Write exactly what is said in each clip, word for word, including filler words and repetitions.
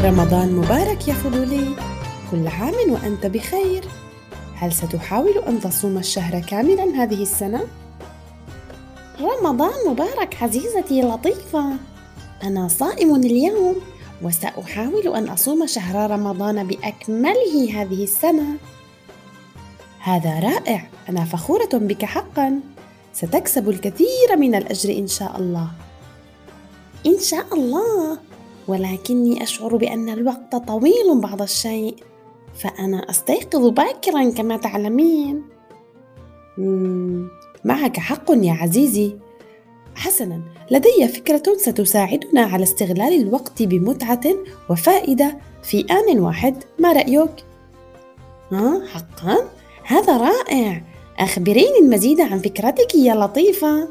رمضان مبارك يا فضولي، كل عام وأنت بخير. هل ستحاول أن تصوم الشهر كاملا هذه السنة؟ رمضان مبارك عزيزتي لطيفة. أنا صائم اليوم وسأحاول أن أصوم شهر رمضان بأكمله هذه السنة. هذا رائع، أنا فخورة بك حقا. ستكسب الكثير من الأجر إن شاء الله. إن شاء الله، ولكني أشعر بأن الوقت طويل بعض الشيء، فأنا أستيقظ باكرا كما تعلمين. مم. معك حق يا عزيزي. حسنا، لدي فكرة ستساعدنا على استغلال الوقت بمتعة وفائدة في آن واحد، ما رأيك؟ ها حقا؟ هذا رائع، أخبريني المزيد عن فكرتك يا لطيفة.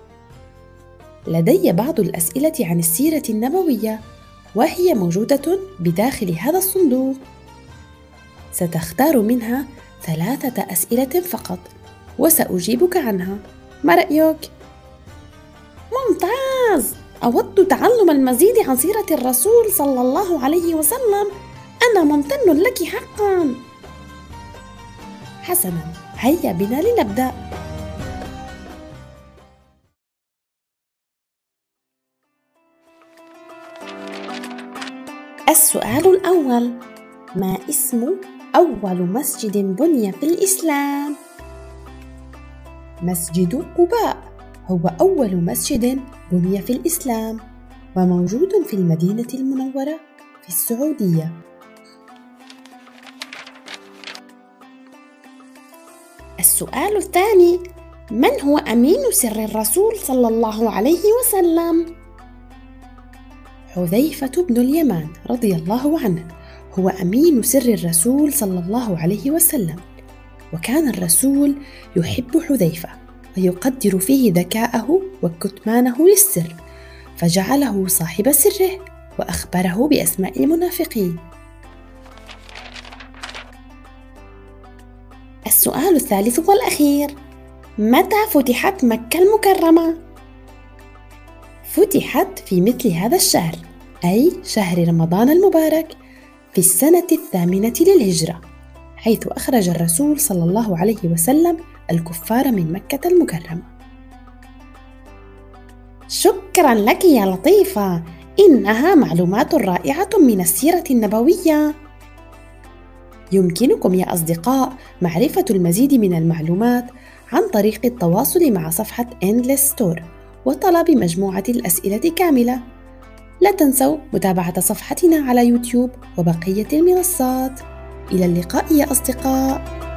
لدي بعض الأسئلة عن السيرة النبوية، وهي موجودة بداخل هذا الصندوق. ستختار منها ثلاثة أسئلة فقط وسأجيبك عنها، ما رأيك؟ ممتاز، أود تعلم المزيد عن سيرة الرسول صلى الله عليه وسلم. أنا ممتن لك حقا. حسنا، هيا بنا لنبدأ. السؤال الأول: ما اسم أول مسجد بني في الإسلام؟ مسجد قباء هو أول مسجد بني في الإسلام، وموجود في المدينة المنورة في السعودية. السؤال الثاني: من هو أمين سر الرسول صلى الله عليه وسلم؟ حذيفة بن اليمان رضي الله عنه هو أمين سر الرسول صلى الله عليه وسلم، وكان الرسول يحب حذيفة ويقدر فيه ذكاءه وكتمانه للسر، فجعله صاحب سره وأخبره بأسماء المنافقين. السؤال الثالث والأخير: متى فتحت مكة المكرمة؟ فتحت في مثل هذا الشهر، أي شهر رمضان المبارك، في السنة الثامنة للهجرة، حيث أخرج الرسول صلى الله عليه وسلم الكفار من مكة المكرمة. شكرا لك يا لطيفة، إنها معلومات رائعة من السيرة النبوية. يمكنكم يا أصدقاء معرفة المزيد من المعلومات عن طريق التواصل مع صفحة Endless Store وطلب مجموعة الأسئلة كاملة. لا تنسوا متابعة صفحتنا على يوتيوب وبقية المنصات. إلى اللقاء يا أصدقاء.